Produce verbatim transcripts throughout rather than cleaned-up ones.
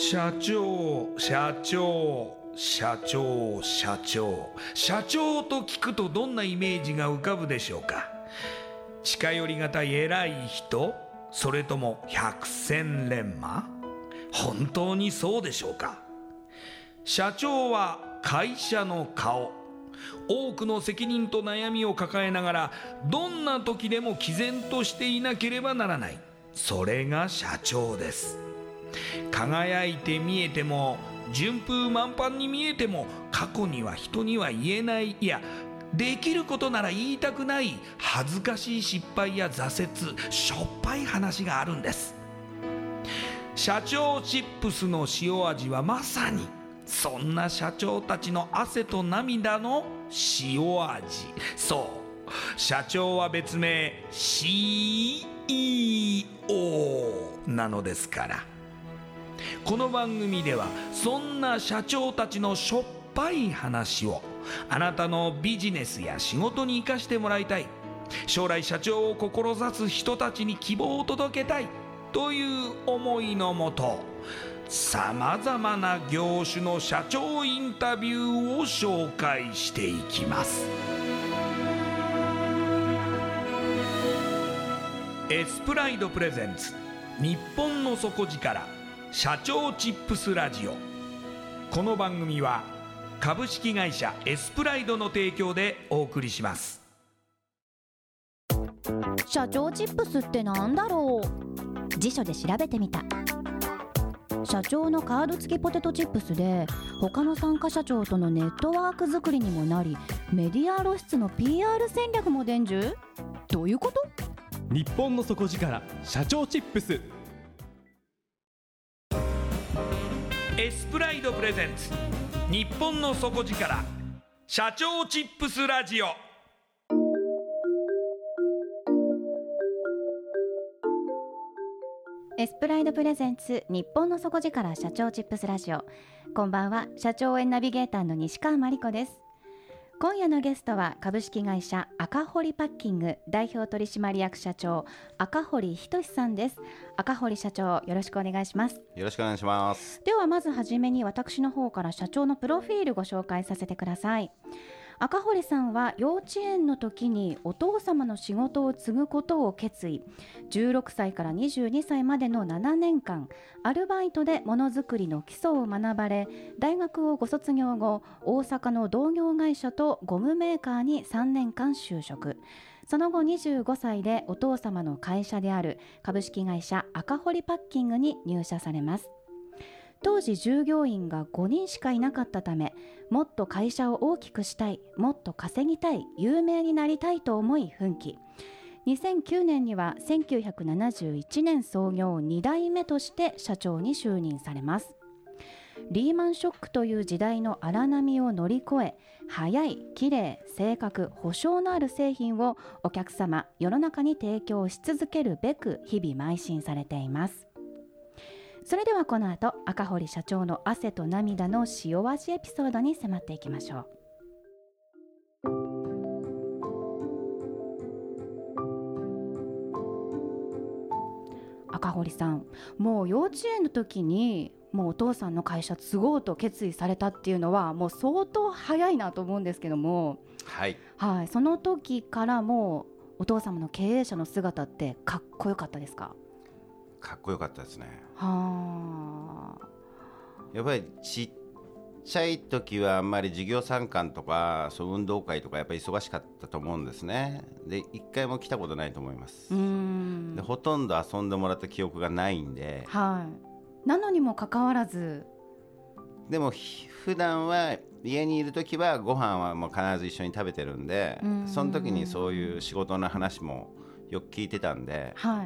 社長社長社長社長社長と聞くとどんなイメージが浮かぶでしょうか。近寄りがたい偉い人、それとも百戦錬磨。本当にそうでしょうか。社長は会社の顔。多くの責任と悩みを抱えながらどんな時でも毅然としていなければならない、それが社長です。輝いて見えても順風満帆に見えても、過去には人には言えない、いやできることなら言いたくない恥ずかしい失敗や挫折、しょっぱい話があるんです。社長チップスの塩味はまさにそんな社長たちの汗と涙の塩味。そう社長は別名 シーイーオー なのですから。この番組ではそんな社長たちのしょっぱい話をあなたのビジネスや仕事に生かしてもらいたい、将来社長を志す人たちに希望を届けたいという思いのもと、さまざまな業種の社長インタビューを紹介していきます。エスプライドプレゼンツ日本の底力社長チップスラジオ。この番組は株式会社エスプライドの提供でお送りします。 社長チップスってなんだろう。辞書で調べてみた。社長のカード付きポテトチップスで他の参加社長とのネットワーク作りにもなり、メディア露出の ピーアール 戦略も伝授。どういうこと？ 日本の底力社長チップス。 エスプライドプレゼンツ日本の底力社長チップスラジオ。 エスプライドプレゼンツ日本の底力社長チップスラジオ。こんばんは、社長応援ナビゲーターの西川真理子です。今夜のゲストは株式会社赤堀パッキング代表取締役社長赤堀仁さんです。赤堀社長、よろしくお願いします。 よろしくお願いします。 ではまずはじめに私の方から社長のプロフィールご紹介させてください。赤堀さんは幼稚園の時にお父様の仕事を継ぐことを決意。じゅうろくさいからにじゅうにさいまでのななねんかんアルバイトでものづくりの基礎を学ばれ、大学をご卒業後大阪の同業会社とゴムメーカーにさんねんかん就職。その後にじゅうごさいでお父様の会社である株式会社赤堀パッキングに入社されます。当時従業員がごにんしかいなかったため、もっと会社を大きくしたい、もっと稼ぎたい、有名になりたいと思い奮起。にせんきゅうねんにはせんきゅうひゃくななじゅういちねん創業にだいめとして社長に就任されます。リーマンショックという時代の荒波を乗り越え、早い、きれい、正確、保証のある製品をお客様、世の中に提供し続けるべく日々邁進されています。それではこの後、赤堀社長の汗と涙の塩味エピソードに迫っていきましょう。赤堀さん、もう幼稚園の時にもうお父さんの会社継ごうと決意されたっていうのはもう相当早いなと思うんですけども、 はい、 はい、その時からもうお父様の経営者の姿ってかっこよかったですか？ かっこよかったですね。 はやっぱりちっちゃい時はあんまり授業参観とかそう運動会とかやっぱり忙しかったと思うんですね。で一回も来たことないと思います。 うーんでほとんど遊んでもらった記憶がないんで、 はい、なのにもかかわらず、 でも普段は家にいる時はご飯はもう必ず一緒に食べてるんで、その時にそういう仕事の話もよく聞いてたんで、 はい、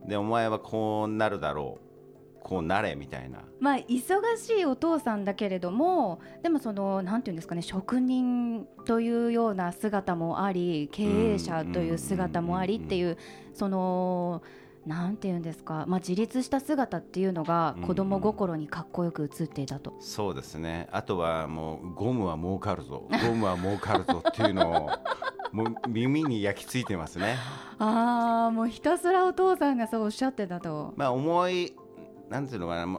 でお前はこうなるだろう、こうなれみたいな、 まあ忙しいお父さんだけれども、でもそのなんていうんですかね、職人というような姿もあり、経営者という姿もありっていう、そのなんていうんですか、まあ、自立した姿っていうのが子供心にかっこよく映っていたと、 うん、そうですね。あとはもうゴムは儲かるぞゴムは儲かるぞっていうのをもう耳に焼き付いてますね。 ああ、もうひたすらお父さんがそうおっしゃってたと。 まあ思いなんていうのかな、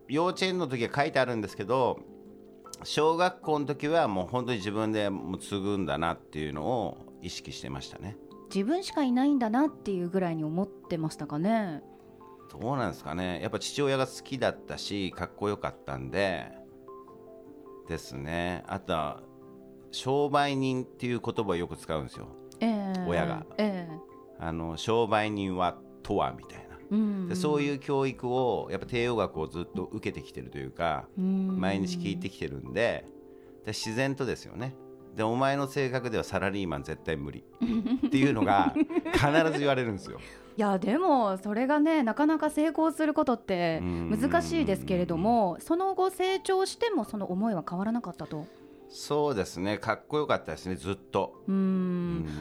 幼稚園の時は書いてあるんですけど、小学校の時はもう本当に自分でもう継ぐんだなっていうのを意識してましたね。 自分しかいないんだなっていうぐらいに思ってましたかね。 どうなんですかね。やっぱ父親が好きだったしかっこよかったんでですね。あとは商売人っていう言葉をよく使うんですよ、えー、親が、えー、あの商売人はとはみたいな、うんうん、でそういう教育をやっぱ帝王学をずっと受けてきてるというか、うん、毎日聞いてきてるんで、で自然とですよね。でお前の性格ではサラリーマン絶対無理っていうのが必ず言われるんですよ。 いやでもそれがねなかなか成功することって難しいですけれども、その後成長してもその思いは変わらなかったと。 そうですね、かっこよかったですね、ずっと。 うーん、うん、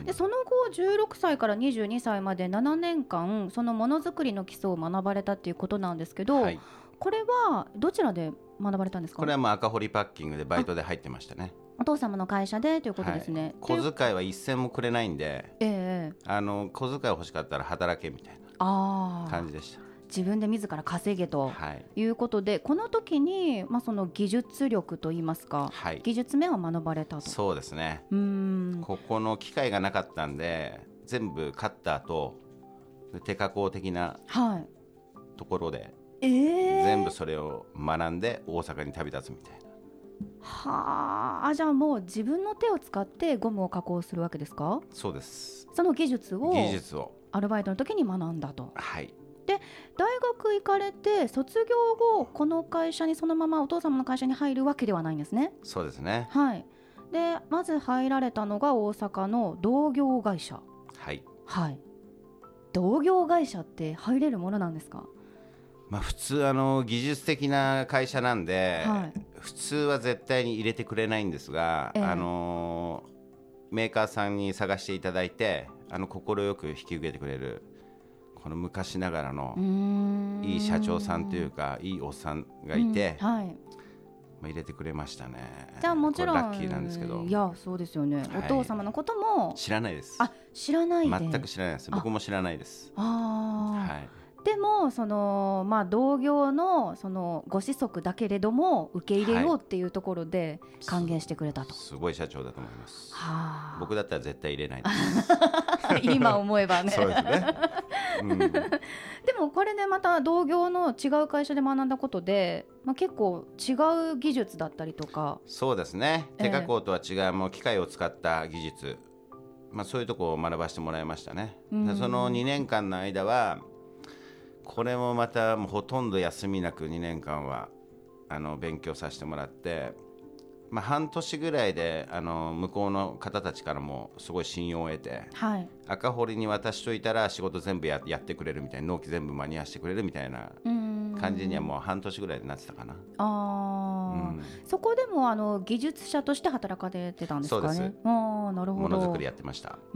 でその後じゅうろくさいからにじゅうにさいまでななねんかんそのものづくりの基礎を学ばれたっていうことなんですけど、はい、これはどちらで学ばれたんですか？ これはもう赤堀パッキングでバイトで入ってましたね。 お父様の会社でということですね、はい、 小遣いは一銭もくれないんで、えー、あの小遣い欲しかったら働けみたいな感じでした。 自分で自ら稼げということで、はい、この時に、まあ、その技術力といいますか、はい、技術面は学ばれたと。 そうですね。うーん、ここの機会がなかったんで全部カッターと手加工的なところで、はい、えー、全部それを学んで大阪に旅立つみたいな。 はあ、じゃあもう自分の手を使ってゴムを加工するわけですか？ そうです。 その技術を技術をアルバイトの時に学んだと。 はい。 で大学行かれて卒業後この会社にそのままお父様の会社に入るわけではないんですね。 そうですね。 はい。でまず入られたのが大阪の同業会社。 はい、 はい、同業会社って入れるものなんですか？ まあ、普通あの技術的な会社なんで、はい、普通は絶対に入れてくれないんですが、ええ、あのメーカーさんに探していただいてあの快く引き受けてくれるこの昔ながらのいい社長さんというかいいおっさんがいて、うん、はい、まあ、入れてくれましたね。 じゃあもちろんラッキーなんですけど。 いやそうですよね、はい、お父様のことも知らないです。 あ、知らないで。 全く知らないです。僕も知らないです。 あ、はい、でもその、まあ、同業 の, そのご子息だけれども受け入れようっていうところで歓迎してくれたと、はい、 す, すごい社長だと思います。はあ、僕だったら絶対入れないです今思えばねそうですね、うん、でもこれねまた同業の違う会社で学んだことで、まあ、結構違う技術だったりとか。 そうですね、手加工とは違う、えー、もう機械を使った技術、まあ、そういうところを学ばせてもらいましたね。でそのにねんかんの間はこれもまたもうほとんど休みなくにねんかんはあの勉強させてもらって、まあ、半年ぐらいであの向こうの方たちからもすごい信用を得て、はい、赤堀に渡しといたら仕事全部 や, やってくれるみたいな、納期全部間に合わせてくれるみたいな感じにはもう半年ぐらいでなってたかな。あ、うん、 そこでもあの技術者として働かれてたんですかね。 そうです。 あ、なるほど。 ものづくりやってました。 うん、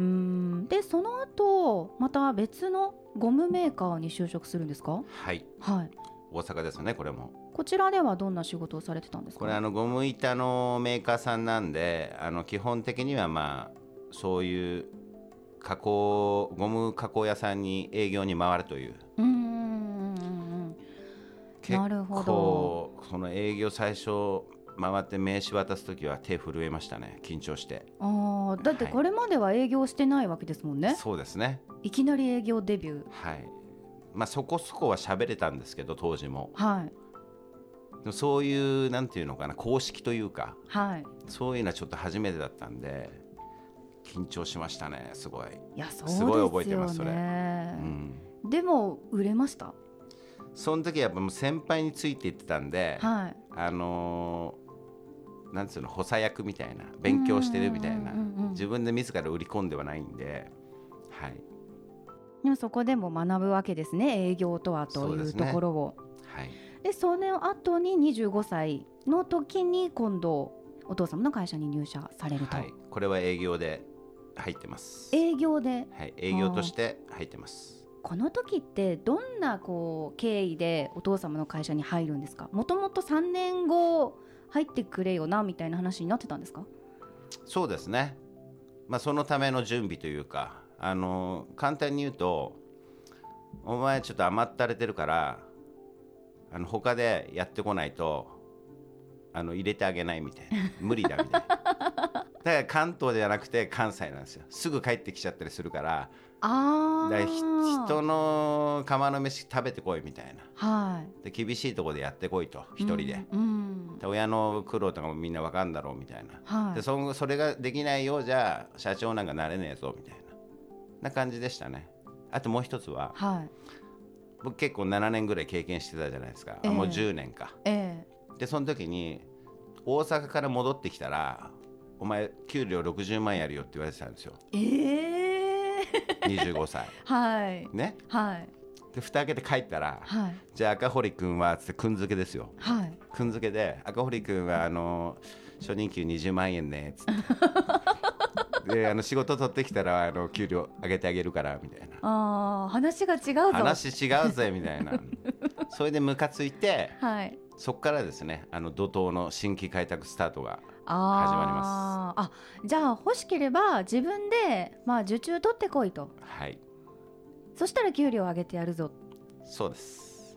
でその後また別のゴムメーカーに就職するんですか？ はい、はい、大阪ですね。これもこちらではどんな仕事をされてたんですか？ これあのゴム板のメーカーさんなんで、あの基本的にはまあそういう加工ゴム加工屋さんに営業に回るという。うーん、なるほど。結構その営業最初回って名刺渡すときは手震えましたね、緊張して。 あ、だってこれまでは営業してないわけですもんね、はい、 そうですね。 いきなり営業デビュー。 はい、まあ、そこそこは喋れたんですけど当時も、はい、でもそういうなんていうのかな、公式というか、はい、そういうのはちょっと初めてだったんで緊張しましたね。すごい。 いや、そうですよね。すごい覚えてますそれ、うん、でも売れました？ その時はやっぱもう先輩についていってたんで、はい、あのーなんつうの、補佐役みたいな、勉強してるみたいな、自分で自ら売り込んではないんで、はい、 でもそこでも学ぶわけですね、営業とはというところを。はい、でその後ににじゅうごさいの時に今度お父様の会社に入社されると。はい、 これは営業で入ってます。 営業で、 はい、営業として入ってます。 この時ってどんなこう経緯でお父様の会社に入るんですか？もともとさんねんご入ってくれよなみたいな話になってたんですか？ そうですね、まあ、そのための準備というか、あの簡単に言うと、お前ちょっと甘ったれてるから、 あの他でやってこないとあの入れてあげないみたいな、無理だみたいなだから関東じゃなくて関西なんですよ。すぐ帰ってきちゃったりするから、 あだから人の釜の飯食べてこいみたいな、 はい、 で厳しいところでやってこいと一人で、 うんうん、 で親の苦労とかもみんな分かんだろうみたいな、 はい、 で そ, それができないようじゃ社長なんかなれねえぞみたいなな感じでしたね。あともう一つは、 はい、 僕結構ななねんぐらい経験してたじゃないですか、 えー、 もうじゅうねんか、 えー、でその時に大阪から戻ってきたらお前給料ろくじゅうまんやるよって言われてたんですよ。 えー、 にじゅうごさいはいね、 はい、 で蓋開けて帰ったら、はい、じゃあ赤堀君はつってくんづけですよ、 はい、 くんづけで赤堀君はあの初任給にじゅうまんえんねつってであの仕事取ってきたらあの給料上げてあげるからみたいな、 あ話が違うぞ話違うぜみたいなそれでムカついて、 はい、 そこからですねあの怒涛の新規開拓スタートが始まります。 ああ、じゃあ欲しければ自分で、まあ、受注取ってこいと、 はい、 そしたら給料上げてやるぞ。 そうです、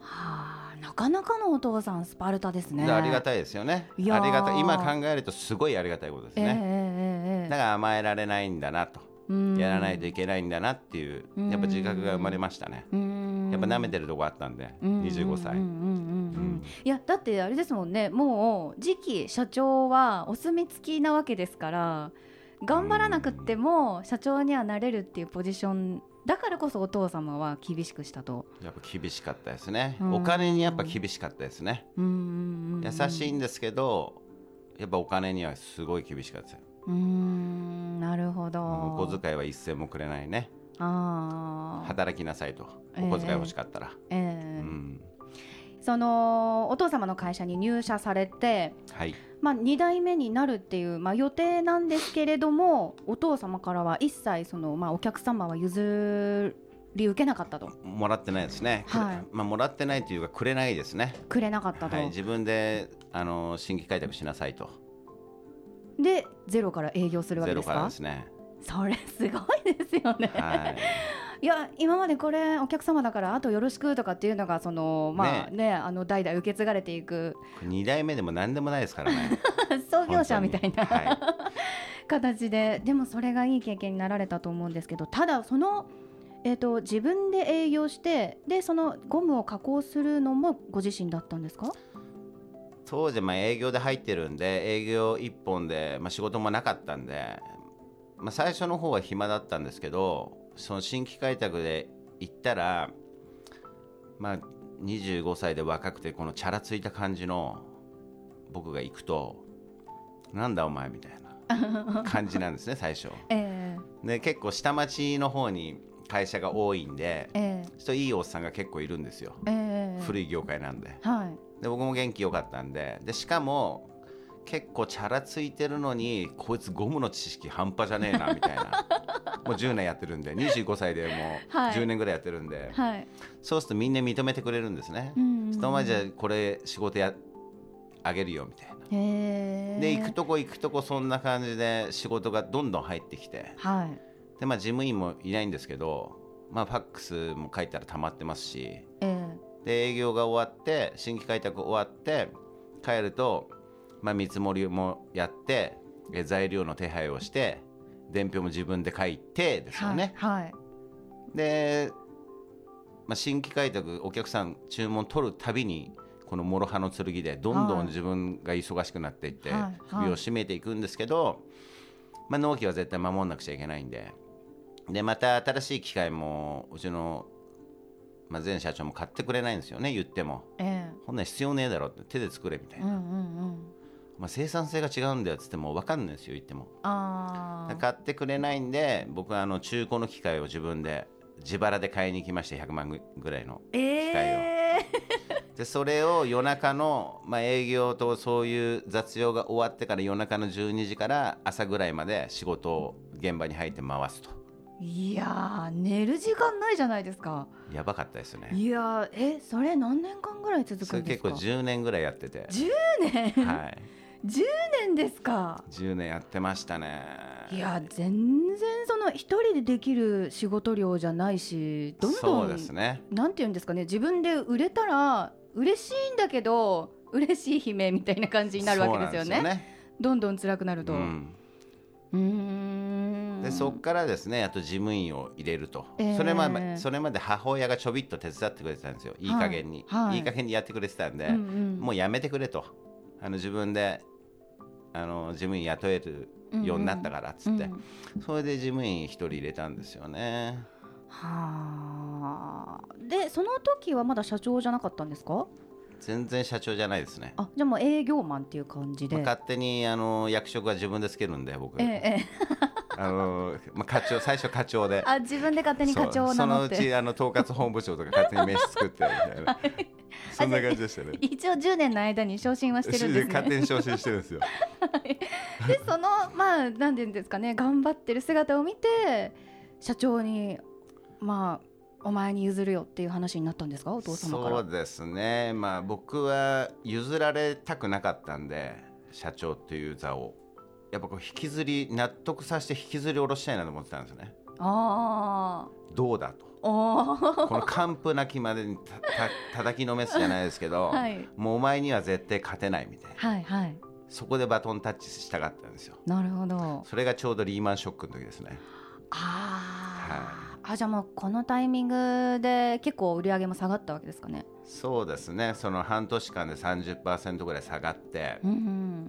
はあ、なかなかのお父さんスパルタですね。 ありがたいですよね。ありがたい、今考えるとすごいありがたいことですね、えーえーえー、だから甘えられないんだなと、やらないといけないんだなっていうやっぱ自覚が生まれましたね。やっぱ舐めてるとこあったんでにじゅうごさい。 いやだってあれですもんね、もう次期社長はお墨付きなわけですから、頑張らなくっても社長にはなれるっていうポジションだからこそお父様は厳しくしたと。 やっぱ厳しかったですね。お金にやっぱ厳しかったですね。優しいんですけどやっぱお金にはすごい厳しかったですよ。 うーん、なるほど。 お小遣いは一銭もくれないね。 あ、 働きなさいと、お小遣い欲しかったら、 えーえーうん、そのお父様の会社に入社されて、 はい、 まあ、に代目になるっていう、まあ、予定なんですけれども、お父様からは一切その、まあ、お客様は譲り受けなかったと。 もらってないですね、はい、まあ、もらってないというかくれないですね。 くれなかったと、 はい、自分であの新規開拓しなさいと。 でゼロから営業するわけですか。 ゼロからですね。 それすごいですよね、はい、いや今までこれお客様だからあとよろしくとかっていうのがその、まあねね、あの代々受け継がれていくに代目でも何でもないですからね創業者みたいな、はい、形で。でもそれがいい経験になられたと思うんですけど、ただその、えーと、自分で営業してでそのゴムを加工するのもご自身だったんですか。 当時まあ営業で入ってるんで営業一本で、まあ、仕事もなかったんで、まあ、最初の方は暇だったんですけど、その新規開拓で行ったら、まあ、にじゅうごさいで若くてこのチャラついた感じの僕が行くとなんだお前みたいな感じなんですね最初、えー、で結構下町の方に会社が多いんで、えー、人いいおっさんが結構いるんですよ、えー、古い業界なんで、はい、で僕も元気良かったんで、でしかも結構チャラついてるのにこいつゴムの知識半端じゃねえなみたいなもうじゅうねんやってるんでにじゅうごさいでもうじゅうねんぐらいやってるんで、はい、そうするとみんな認めてくれるんですね。その前じゃこれ仕事やあげるよみたいな。へで行くとこ行くとこそんな感じで仕事がどんどん入ってきて、はい、でまあ事務員もいないんですけど、まあ、ファックスも書いたら溜まってますし、えー、で営業が終わって新規開拓終わって帰るとまあ、見積もりもやってえ材料の手配をして伝票も自分で書いてですよね、はいはい、で、まあ、新規開拓お客さん注文取るたびにこの諸刃の剣でどんどん自分が忙しくなっていって、はい、首を絞めていくんですけど、まあ、納期は絶対守んなくちゃいけないんで、でまた新しい機械もうちのまあ、前社長も買ってくれないんですよね言っても、えー、こんなん必要ねえだろって手で作れみたいな、うんうんうんまあ、生産性が違うんだよって言っても分かんないですよ言っても。あ買ってくれないんで僕はあの中古の機械を自分で自腹で買いに行きましてひゃくまんぐらいの機械を、えー、でそれを夜中の、まあ、営業とそういう雑用が終わってから夜中のじゅうにじから朝ぐらいまで仕事を現場に入って回すと。 いや寝る時間ないじゃないですか。 やばかったですね。 いやえそれ何年間ぐらい続くんですか。 それ結構じゅうねんぐらいやってて。 じゅうねんはいじゅうねんですか。 じゅうねんやってましたね。 いや全然その一人でできる仕事量じゃないし、どんどんそうですね、 なんていうんですかね、自分で売れたら嬉しいんだけど嬉しい悲鳴みたいな感じになるわけですよね。 そうなんですよね。 どんどん辛くなると、 うんうーんでそこからですね、あと事務員を入れると、 えーそれまでそれまで母親がちょびっと手伝ってくれてたんですよ。いい加減に、 はいはいいい加減にやってくれてたんで、 うんうん、 もうやめてくれと、あの自分であの事務員雇えるようになったからっつって、 うんうんそれで事務員一人入れたんですよね。 はあ。でその時はまだ社長じゃなかったんですか？ 全然社長じゃないですね。 あ、じゃあもう営業マンっていう感じで、 まあ、勝手にあの役職は自分でつけるんで僕、 ええええあのまあ、課長最初課長で、 あ、自分で勝手に課長を名乗って、 そのうちあの統括本部長とか勝手に名刺作ってみたいな、はい、そんな感じでしたね。 一応じゅうねんの間に昇進はしてるんですね。 勝手に昇進してるんですよ。 でそのまあ何て言うんですかね、頑張ってる姿を見て社長にまあお前に譲るよっていう話になったんですか、お父様から。 そうですね、まあ、僕は譲られたくなかったんで、社長という座をやっぱこう引きずり納得させて引きずり下ろしたいなと思ってたんですよね。 あどうだと、 おこの完膚なきまでにたた叩きのめすじゃないですけど、 はい、 もうお前には絶対勝てないみたいな、 はいはい、 そこでバトンタッチしたかったんですよ。 なるほど。 それがちょうどリーマンショックの時ですね。 あ、 はい、 あ、じゃあもうこのタイミングで結構売り上げも下がったわけですかね。 そうですね、その半年間で さんじゅっパーセント ぐらい下がって、 うんうん、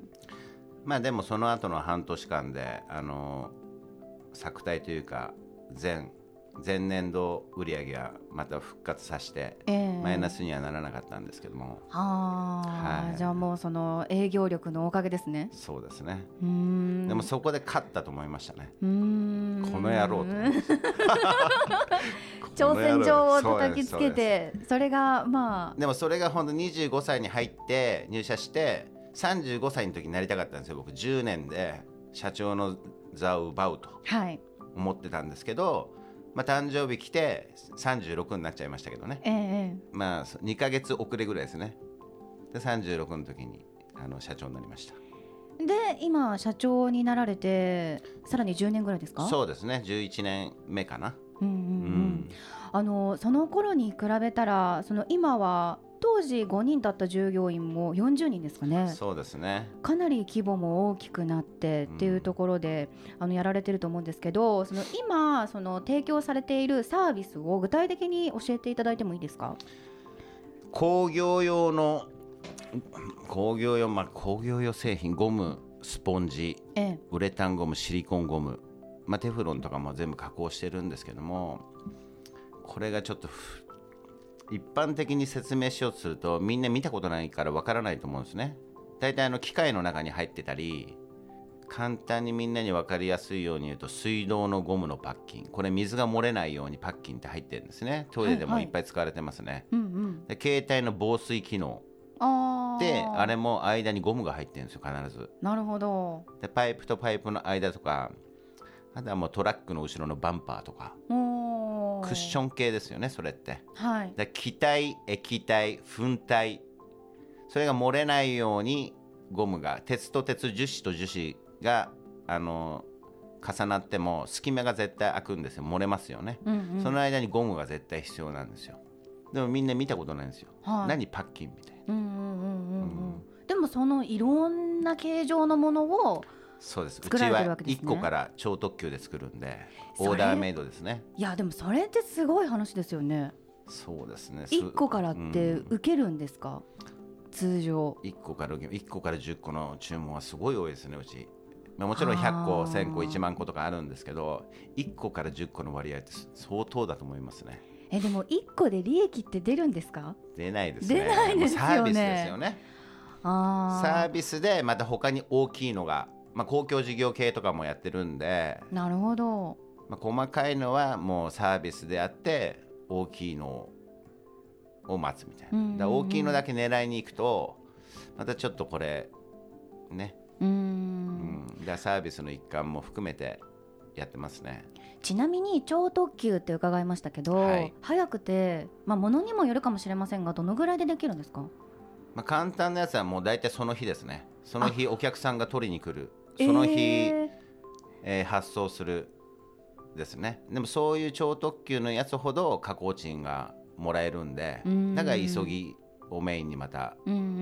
まあでもその後の半年間であの昨対というか前前年度売り上げはまた復活させて、 えー、 マイナスにはならなかったんですけども、 あ、はい、じゃあもうその営業力のおかげですね。 そうですね。 うーん、 でもそこで勝ったと思いましたね。 うーん、 この野郎と挑戦状を叩きつけて、それがまあでもそれが本当にじゅうごさいに入って入社してさんじゅうごさいの時になりたかったんですよ。僕じゅうねんで社長の座を奪うと思ってたんですけど、はい、まあ、誕生日来てさんじゅうろくになっちゃいましたけどね、ええ、まあにかげつ遅れぐらいですね。でさんじゅうろくの時にあの社長になりました。 で今社長になられてさらにじゅうねんぐらいですか？ そうですね、じゅういちねんめかな。 うんうんうんうん、あのその頃に比べたらその今は当時ごにんだった従業員もよんじゅうにんですかね。 そうですね、 かなり規模も大きくなってっていうところで、うん、あのやられてると思うんですけど、その今その提供されているサービスを具体的に教えていただいてもいいですか？ 工業用の工業用、まあ、工業用製品、ゴム、スポンジ、ええ、ウレタンゴム、シリコンゴム、まあ、テフロンとかも全部加工してるんですけども、これがちょっと一般的に説明しようとするとみんな見たことないからわからないと思うんですね。大体あの機械の中に入ってたり、簡単にみんなに分かりやすいように言うと水道のゴムのパッキン、これ水が漏れないようにパッキンって入ってるんですね。トイレでもいっぱい使われてますね、はいはい、うんうん、で携帯の防水機能で、あれも間にゴムが入ってるんですよ、必ず。なるほど。でパイプとパイプの間とか、あとはもうトラックの後ろのバンパーとか、クッション系ですよね、それって、はい、で気体、液体、粉体、それが漏れないようにゴムが、鉄と鉄、樹脂と樹脂があの重なっても隙間が絶対開くんですよ、漏れますよね、うんうん、その間にゴムが絶対必要なんですよ。でもみんな見たことないんですよ、はい、何パッキンみたいな、うんうんうんうんうん、でもそのいろんな形状のものをそうです、作られてるわけですね。うちはいっこから超特急で作るんでオーダーメイドですね。いやでもそれってすごい話ですよね。そうですね、いっこからって受けるんですか、うん、通常いっこからいっこからじゅっこの注文はすごい多いですね、うち。まあ、もちろんひゃっこ、せんこ、いちまんことかあるんですけど、いっこからじゅっこの割合って相当だと思いますね。えでもいっこで利益って出るんですか？出ないですね。出ないですよね。サービスですよね。あ、サービスでまた他に大きいのが、まあ、公共事業系とかもやってるんで。なるほど。まあ、細かいのはもうサービスであって大きいのを待つみたいな、うんうんうん、だ大きいのだけ狙いに行くとまたちょっとこれね、うん、うん、だサービスの一環も含めてやってますね。ちなみに超特急って伺いましたけど、はい、早くて、まあ、物にもよるかもしれませんがどのぐらいでできるんですか？まあ、簡単なやつはもう大体その日ですね。その日お客さんが取りに来る、その日、えーえー、発送するですね。でもそういう超特急のやつほど加工賃がもらえるんで、だから急ぎをメインにまた、 うんうんうん、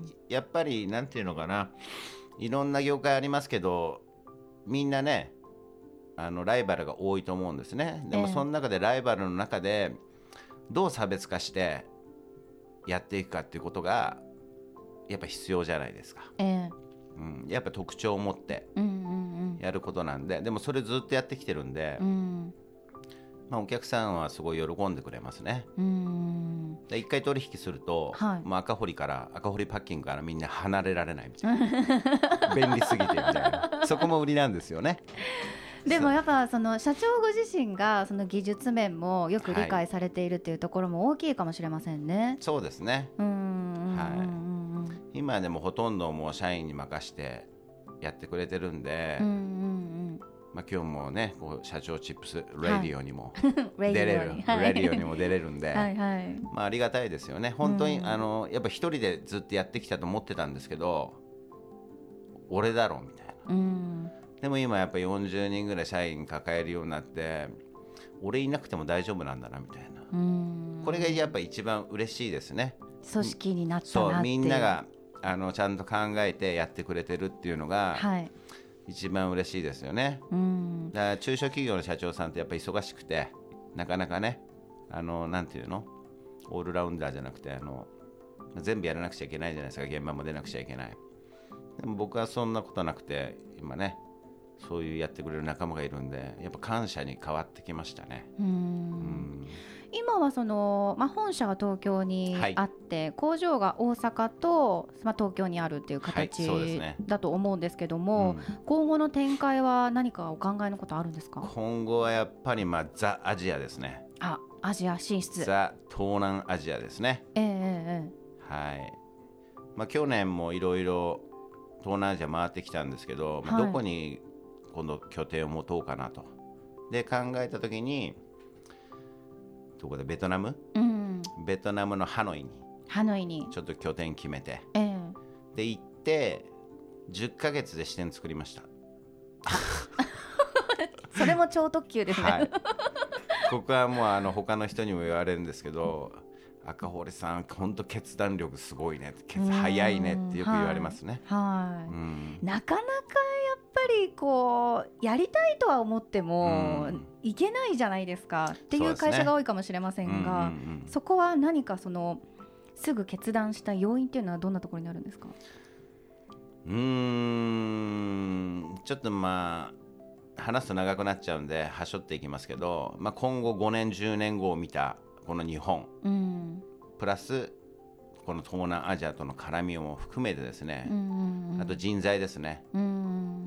やっぱりなんていうのかな、いろんな業界ありますけどみんなねあのライバルが多いと思うんですね。でもその中でライバルの中でどう差別化してやっていくかっていうことがやっぱ必要じゃないですか、 ええうん、やっぱ特徴を持ってうんうんうんやることなんで、でもそれずっとやってきてるんで、 うんまあ、お客さんはすごい喜んでくれますね。 うんで一回取引すると、 はい、 もう赤堀から赤堀パッキングからみんな離れられないみたいな便利すぎてみたいな、そこも売りなんですよね。 でもやっぱその社長ご自身がその技術面もよく理解されているっていうところも大きいかもしれませんね。 そうですね、 うんうんうんうん、 はい、今でもほとんどもう社員に任してやってくれてるんで、 うんうんうんまあ、今日もねこう社長チップスレディオにもはい、 出れるはい、 レディオにも出れるんではい、はいまあ、ありがたいですよね本当に、 うん、 あのやっぱ一人でずっとやってきたと思ってたんですけど俺だろみたいな、 うん、 でも今やっぱよんじゅうにんぐらい社員抱えるようになって俺いなくても大丈夫なんだなみたいな、うん、これがやっぱ一番嬉しいですね。 組織になったなっていう、 そうみんながあのちゃんと考えてやってくれてるっていうのが、はい、一番嬉しいですよね、うん、だから中小企業の社長さんってやっぱり忙しくてなかなかねあのなんていうのオールラウンダーじゃなくてあの全部やらなくちゃいけないじゃないですか。現場も出なくちゃいけない。でも僕はそんなことなくて今ねそういうやってくれる仲間がいるんでやっぱ感謝に変わってきましたね。うんうん今はその、まあ、本社は東京にあって、はい、工場が大阪と、まあ、東京にあるっていう形、はいね、だと思うんですけども、うん、今後の展開は何かお考えのことあるんですか？ 今後はやっぱり、まあ、ザ・アジアですね。 あ、アジア進出、 ザ・東南アジアですね。 えーえー、はい、まあ、去年もいろいろ東南アジア回ってきたんですけど、まあ、どこに今度拠点を持とうかなとで考えた時にどこでベトナム、うん、ベトナムのハノイにハノイにちょっと拠点決めて、 えー、 で行ってじゅっかげつで支店作りましたそれも超特急ですね、はい、 ここはもうあの他の人にも言われるんですけど赤堀さん本当決断力すごいね早いねってよく言われますね。 はいはい、うん、なかなかやっぱりこうやりたいとは思っても、うん、いけないじゃないですかっていう会社が多いかもしれませんが、 そ, う、ねうんうんうん、そこは何かそのすぐ決断した要因っていうのはどんなところにあるんですか？ うーんちょっとまあ話すと長くなっちゃうんではしょっていきますけど、まあ、今後ごねんじゅうねんごを見たこの日本、うん、プラスこの東南アジアとの絡みも含めてですね、うんうんうん、あと人材ですね、うん、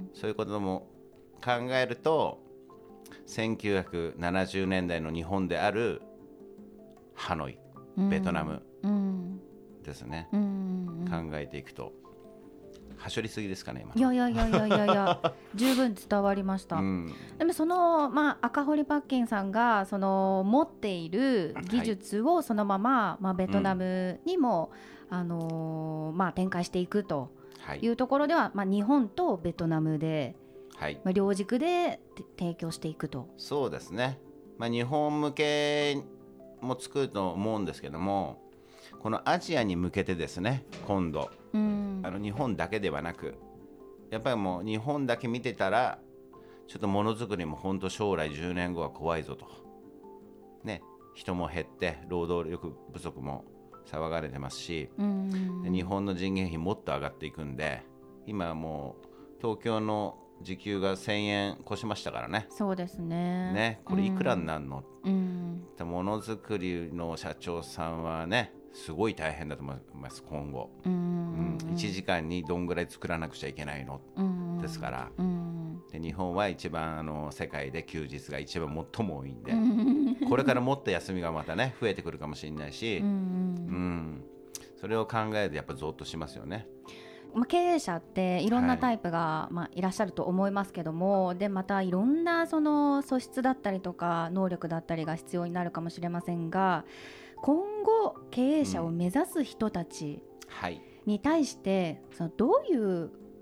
そういうことも考えるとせんきゅうひゃくななじゅうねんだいの日本であるハノイ、ベトナムですね、うんうんうん、考えていくとはしょりすぎですかね今。 いやいやいやいやいや十分伝わりました、うん、でもその、まあ、赤堀パッキンさんがその持っている技術をそのまま、はいまあ、ベトナムにも、うんあのーまあ、展開していくというところでは、はいまあ、日本とベトナムで、はいまあ、両軸で提供していくと。 そうですね、まあ、日本向けも作ると思うんですけどもこのアジアに向けてですね今度、うん、あの日本だけではなくやっぱりもう日本だけ見てたらちょっとものづくりも本当将来じゅうねんごは怖いぞと、ね、人も減って労働力不足も騒がれてますし、うん、で日本の人件費もっと上がっていくんで今はもう東京の時給がせんえん越しましたからね。 そうですね。 ねこれいくらになるの、うん、ものづくりの社長さんはねすごい大変だと思います今後、うんうんうん、いちじかんにどんぐらい作らなくちゃいけないの、うん、ですから、うん、で日本は一番あの世界で休日が一番最も多いんで、うん、これからもっと休みがまたね増えてくるかもしれないし、うんうん、それを考えるとやっぱゾッとしますよね。 経営者っていろんなタイプが、はいまあ、いらっしゃると思いますけども、でまたいろんなその素質だったりとか能力だったりが必要になるかもしれませんが、今後経営者を目指す人たちに対して、うんはい、そのどういう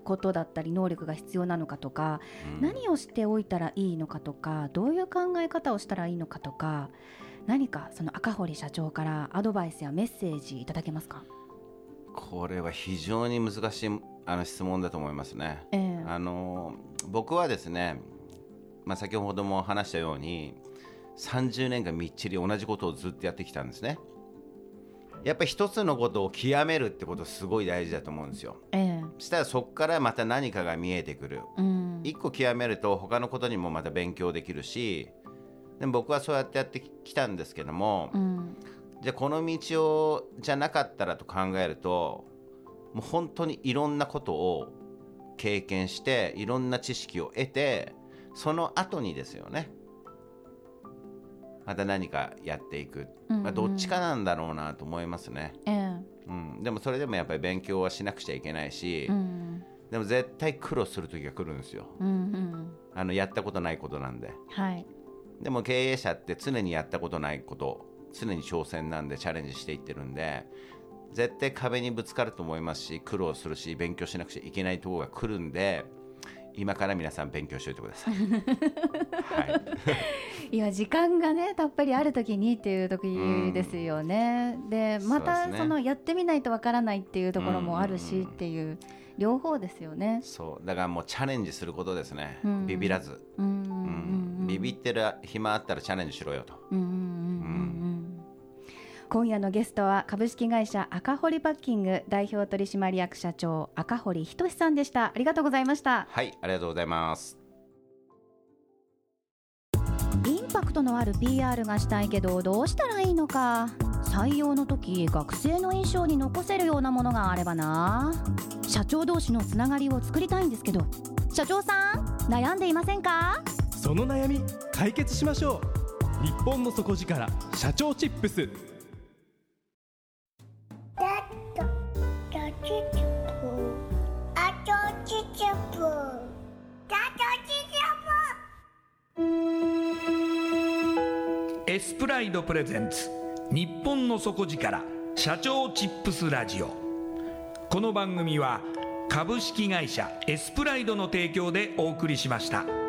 ことだったり能力が必要なのかとか、 うん、 何をしておいたらいいのかとか、どういう考え方をしたらいいのかとか、何かその赤堀社長からアドバイスやメッセージいただけますか？ これは非常に難しいあの質問だと思いますね、 えー、 あの僕はですね、まあ、先ほども話したようにさんじゅうねんかんみっちり同じことをずっとやってきたんですね。やっぱり一つのことを極めるってことすごい大事だと思うんですよ、 えー、 そしたらそこからまた何かが見えてくる、 うん、 一個極めると他のことにもまた勉強できるし、でも僕はそうやってやってきたんですけども、うん、じゃあこの道をじゃなかったらと考えると、もう本当にいろんなことを経験していろんな知識を得て、その後にですよね、また何かやっていく、うんうん、まあ、どっちかなんだろうなと思いますね、えーうん、でもそれでもやっぱり勉強はしなくちゃいけないし、うん、でも絶対苦労する時が来るんですよ、うんうん、あのやったことないことなんで、はい、でも経営者って常にやったことないこと、常に挑戦なんでチャレンジしていってるんで、絶対壁にぶつかると思いますし、苦労するし、勉強しなくちゃいけないところが来るんで、今から皆さん勉強しておいてください、はい、いや時間がねたっぷりある時にっていう時ですよね、うん、でまた そ,、ね、そのやってみないとわからないっていうところもあるしっていう、うんうんうん、両方ですよね。そうだからもうチャレンジすることですね、うん、ビビらず、うんうんうん、ビビってる暇あったらチャレンジしろよと、うんうんうんうん、今夜のゲストは株式会社赤堀パッキング代表取締役社長赤堀仁さんでした。ありがとうございました。はい、ありがとうございます。インパクトのある ピーアール がしたいけどどうしたらいいのか。採用の時学生の印象に残せるようなものがあればな。社長同士のつながりを作りたいんですけど、社長さん悩んでいませんか？ その悩み解決しましょう。日本の底力社長チップス。 エスプライドプレゼンツ日本の底力社長チップスラジオ。この番組は株式会社エスプライドの提供でお送りしました。